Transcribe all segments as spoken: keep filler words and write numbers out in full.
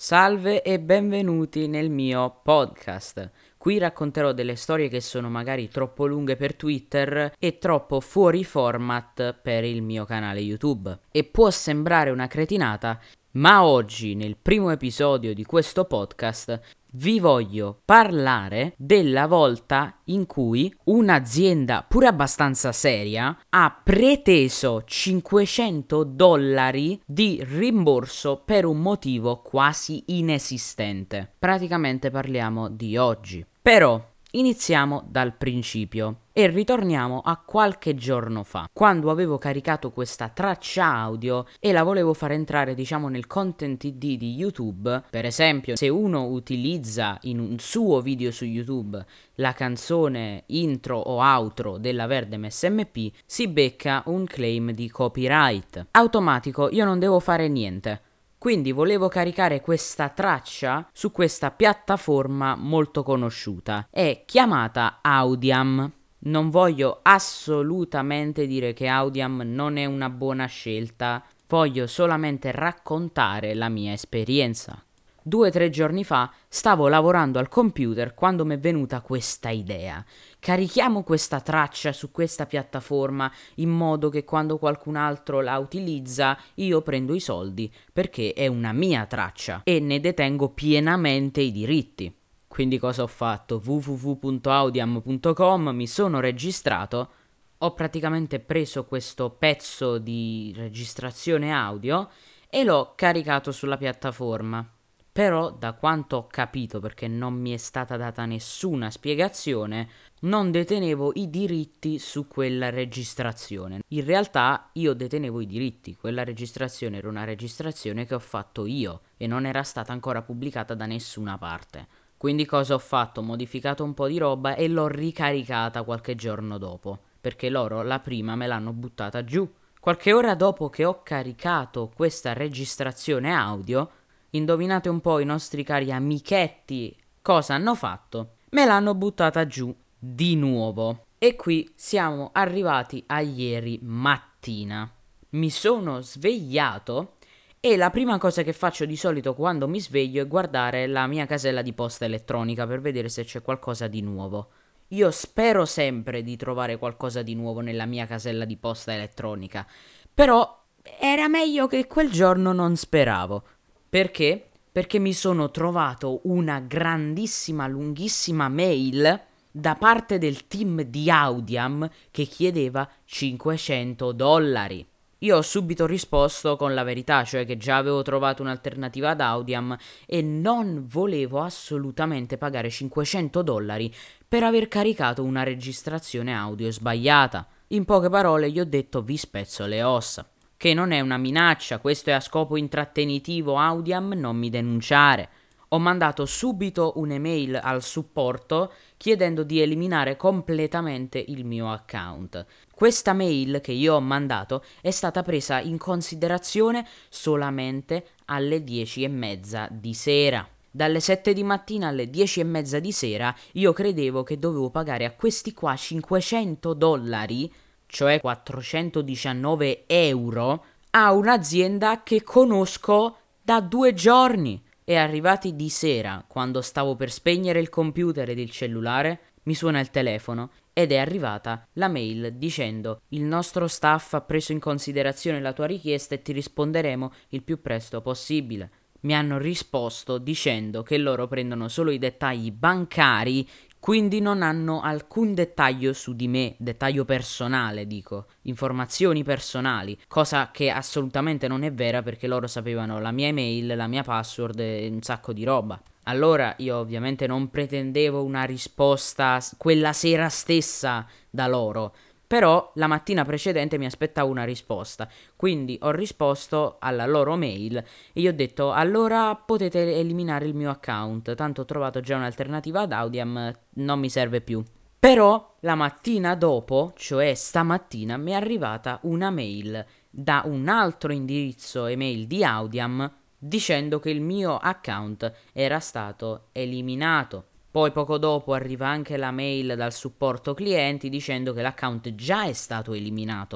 Salve e benvenuti nel mio podcast. Qui racconterò delle storie che sono magari troppo lunghe per Twitter e troppo fuori format per il mio canale YouTube. E può sembrare una cretinata, ma oggi, nel primo episodio di questo podcast, vi voglio parlare della volta in cui un'azienda pure abbastanza seria ha preteso cinquecento dollari di rimborso per un motivo quasi inesistente. Praticamente parliamo di oggi. Però iniziamo dal principio e ritorniamo a qualche giorno fa, quando avevo caricato questa traccia audio e la volevo far entrare, diciamo, nel content I D di YouTube. Per esempio, se uno utilizza in un suo video su YouTube la canzone intro o outro della Verdem S M P, si becca un claim di copyright. Automatico, io non devo fare niente. Quindi volevo caricare questa traccia su questa piattaforma molto conosciuta. È chiamata Audiam. Non voglio assolutamente dire che Audiam non è una buona scelta, voglio solamente raccontare la mia esperienza. Due o tre giorni fa stavo lavorando al computer quando mi è venuta questa idea. Carichiamo questa traccia su questa piattaforma in modo che quando qualcun altro la utilizza io prendo i soldi perché è una mia traccia e ne detengo pienamente i diritti. Quindi cosa ho fatto? w w w punto audiam punto com, mi sono registrato, ho praticamente preso questo pezzo di registrazione audio e l'ho caricato sulla piattaforma. Però, da quanto ho capito, perché non mi è stata data nessuna spiegazione, non detenevo i diritti su quella registrazione. In realtà io detenevo i diritti, quella registrazione era una registrazione che ho fatto io e non era stata ancora pubblicata da nessuna parte. Quindi cosa ho fatto? Ho modificato un po' di roba e l'ho ricaricata qualche giorno dopo, perché loro la prima me l'hanno buttata giù. Qualche ora dopo che ho caricato questa registrazione audio, indovinate un po' i nostri cari amichetti cosa hanno fatto? Me l'hanno buttata giù di nuovo. E qui siamo arrivati a ieri mattina. Mi sono svegliato e la prima cosa che faccio di solito quando mi sveglio è guardare la mia casella di posta elettronica per vedere se c'è qualcosa di nuovo. Io spero sempre di trovare qualcosa di nuovo nella mia casella di posta elettronica, però era meglio che quel giorno non speravo. Perché? Perché mi sono trovato una grandissima, lunghissima mail da parte del team di Audiam che chiedeva cinquecento dollari. Io ho subito risposto con la verità, cioè che già avevo trovato un'alternativa ad Audiam e non volevo assolutamente pagare cinquecento dollari per aver caricato una registrazione audio sbagliata. In poche parole gli ho detto: vi spezzo le ossa. Che non è una minaccia, questo è a scopo intrattenitivo, Audiam, non mi denunciare. Ho mandato subito un'email al supporto chiedendo di eliminare completamente il mio account. Questa mail che io ho mandato è stata presa in considerazione solamente alle dieci e mezza di sera. Dalle sette di mattina alle dieci e mezza di sera io credevo che dovevo pagare a questi qua cinquecento dollari, cioè quattrocentodiciannove euro, a un'azienda che conosco da due giorni. E arrivati di sera, quando stavo per spegnere il computer ed il cellulare, mi suona il telefono ed è arrivata la mail dicendo: il nostro staff ha preso in considerazione la tua richiesta e ti risponderemo il più presto possibile. Mi hanno risposto dicendo che loro prendono solo i dettagli bancari, quindi non hanno alcun dettaglio su di me, dettaglio personale dico, informazioni personali, cosa che assolutamente non è vera perché loro sapevano la mia email, la mia password e un sacco di roba. Allora io ovviamente non pretendevo una risposta quella sera stessa da loro, però la mattina precedente mi aspettavo una risposta, quindi ho risposto alla loro mail e gli ho detto: allora potete eliminare il mio account, tanto ho trovato già un'alternativa ad Audiam, non mi serve più. Però la mattina dopo, cioè stamattina, mi è arrivata una mail da un altro indirizzo email di Audiam dicendo che il mio account era stato eliminato. Poi poco dopo arriva anche la mail dal supporto clienti dicendo che l'account già è stato eliminato.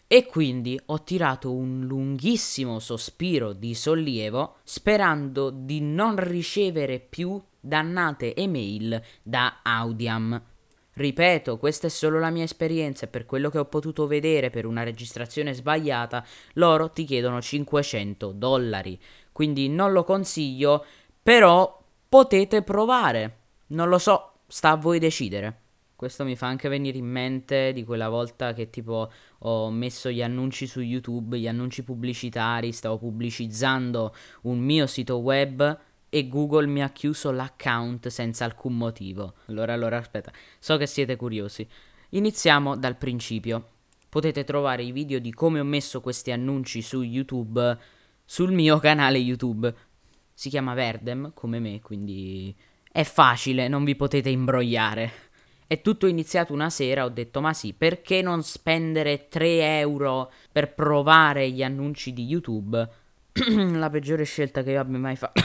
E quindi ho tirato un lunghissimo sospiro di sollievo sperando di non ricevere più dannate email da Audiam. Ripeto, questa è solo la mia esperienza e per quello che ho potuto vedere per una registrazione sbagliata, loro ti chiedono cinquecento dollari. Quindi non lo consiglio, però potete provare. Non lo so, sta a voi decidere. Questo mi fa anche venire in mente di quella volta che tipo ho messo gli annunci su YouTube, gli annunci pubblicitari, stavo pubblicizzando un mio sito web e Google mi ha chiuso l'account senza alcun motivo. Allora, allora, aspetta, so che siete curiosi. Iniziamo dal principio. Potete trovare i video di come ho messo questi annunci su YouTube sul mio canale YouTube. Si chiama Verdem, come me, quindi è facile, non vi potete imbrogliare. È tutto iniziato una sera, ho detto ma sì, perché non spendere tre euro per provare gli annunci di YouTube? La peggiore scelta che io abbia mai fatto.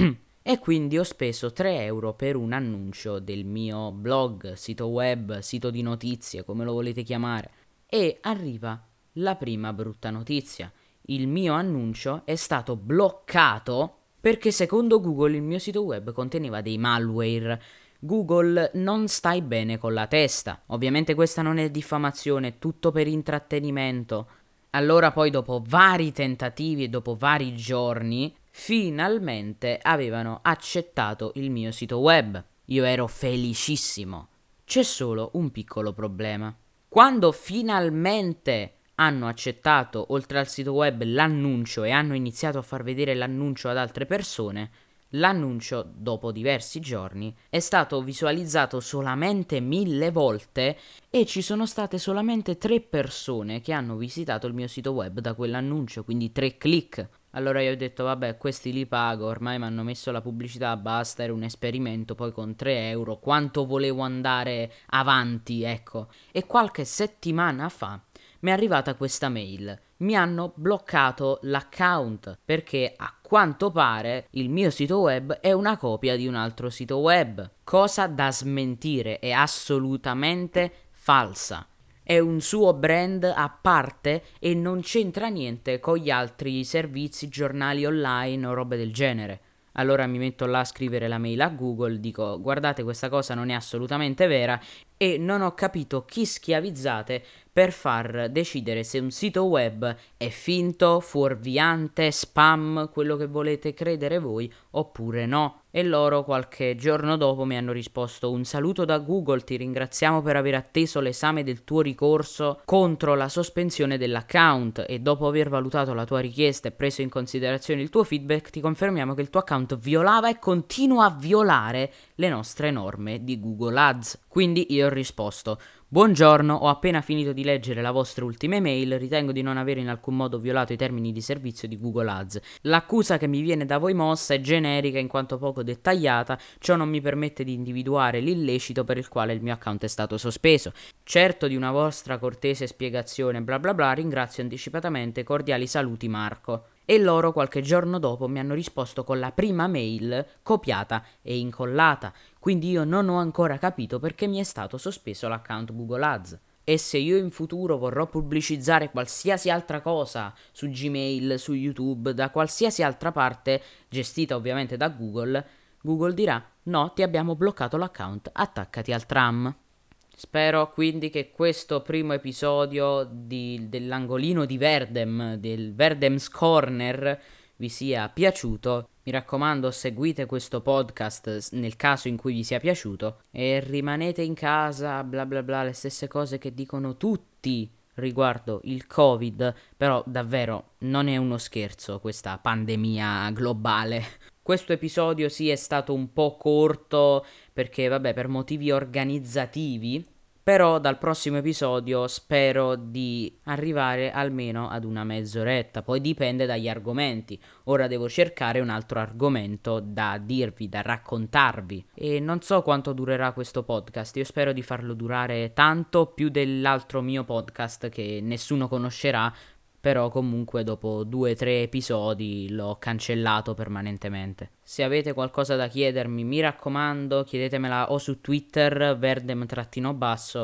E quindi ho speso tre euro per un annuncio del mio blog, sito web, sito di notizie, come lo volete chiamare. E arriva la prima brutta notizia. Il mio annuncio è stato bloccato perché secondo Google il mio sito web conteneva dei malware. Google, non stai bene con la testa. Ovviamente questa non è diffamazione, è tutto per intrattenimento. Allora poi dopo vari tentativi e dopo vari giorni, finalmente avevano accettato il mio sito web. Io ero felicissimo. C'è solo un piccolo problema. Quando finalmente hanno accettato, oltre al sito web, l'annuncio e hanno iniziato a far vedere l'annuncio ad altre persone, l'annuncio, dopo diversi giorni, è stato visualizzato solamente mille volte e ci sono state solamente tre persone che hanno visitato il mio sito web da quell'annuncio, quindi tre click. Allora io ho detto vabbè, questi li pago, ormai mi hanno messo la pubblicità, basta, era un esperimento, poi con tre euro quanto volevo andare avanti, ecco. E qualche settimana fa mi è arrivata questa mail. Mi hanno bloccato l'account perché a quanto pare il mio sito web è una copia di un altro sito web, cosa da smentire, è assolutamente falsa. È un suo brand a parte e non c'entra niente con gli altri servizi, giornali online o robe del genere. Allora mi metto là a scrivere la mail a Google, dico guardate questa cosa non è assolutamente vera e non ho capito chi schiavizzate per far decidere se un sito web è finto, fuorviante, spam, quello che volete credere voi oppure no. E loro qualche giorno dopo mi hanno risposto un saluto da Google, ti ringraziamo per aver atteso l'esame del tuo ricorso contro la sospensione dell'account e dopo aver valutato la tua richiesta e preso in considerazione il tuo feedback ti confermiamo che il tuo account violava e continua a violare le nostre norme di Google Ads. Quindi io ho risposto buongiorno, ho appena finito di leggere la vostra ultima email, ritengo di non avere in alcun modo violato i termini di servizio di Google Ads. L'accusa che mi viene da voi mossa è generica in quanto poco dettagliata, ciò non mi permette di individuare l'illecito per il quale il mio account è stato sospeso. Certo di una vostra cortese spiegazione bla bla bla, ringrazio anticipatamente, cordiali saluti Marco. E loro qualche giorno dopo mi hanno risposto con la prima mail copiata e incollata, quindi io non ho ancora capito perché mi è stato sospeso l'account Google Ads. E se io in futuro vorrò pubblicizzare qualsiasi altra cosa su Gmail, su YouTube, da qualsiasi altra parte, gestita ovviamente da Google, Google dirà no, ti abbiamo bloccato l'account, attaccati al tram. Spero quindi che questo primo episodio di, dell'angolino di Verdem, del Verdem's Corner, vi sia piaciuto. Mi raccomando, seguite questo podcast nel caso in cui vi sia piaciuto e rimanete in casa, bla bla bla, le stesse cose che dicono tutti riguardo il Covid, però davvero non è uno scherzo questa pandemia globale. Questo episodio sì è stato un po' corto perché vabbè per motivi organizzativi, però dal prossimo episodio spero di arrivare almeno ad una mezz'oretta, poi dipende dagli argomenti. Ora devo cercare un altro argomento da dirvi, da raccontarvi e non so quanto durerà questo podcast, io spero di farlo durare tanto più dell'altro mio podcast che nessuno conoscerà, però comunque dopo due o tre episodi l'ho cancellato permanentemente. Se avete qualcosa da chiedermi, mi raccomando, chiedetemela o su Twitter, verdem-basso,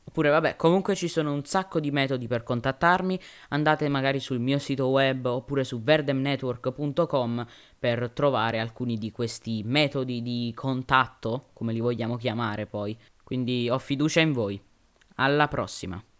Oppure vabbè, comunque ci sono un sacco di metodi per contattarmi, andate magari sul mio sito web oppure su verdemnetwork punto com per trovare alcuni di questi metodi di contatto, come li vogliamo chiamare poi. Quindi ho fiducia in voi. Alla prossima.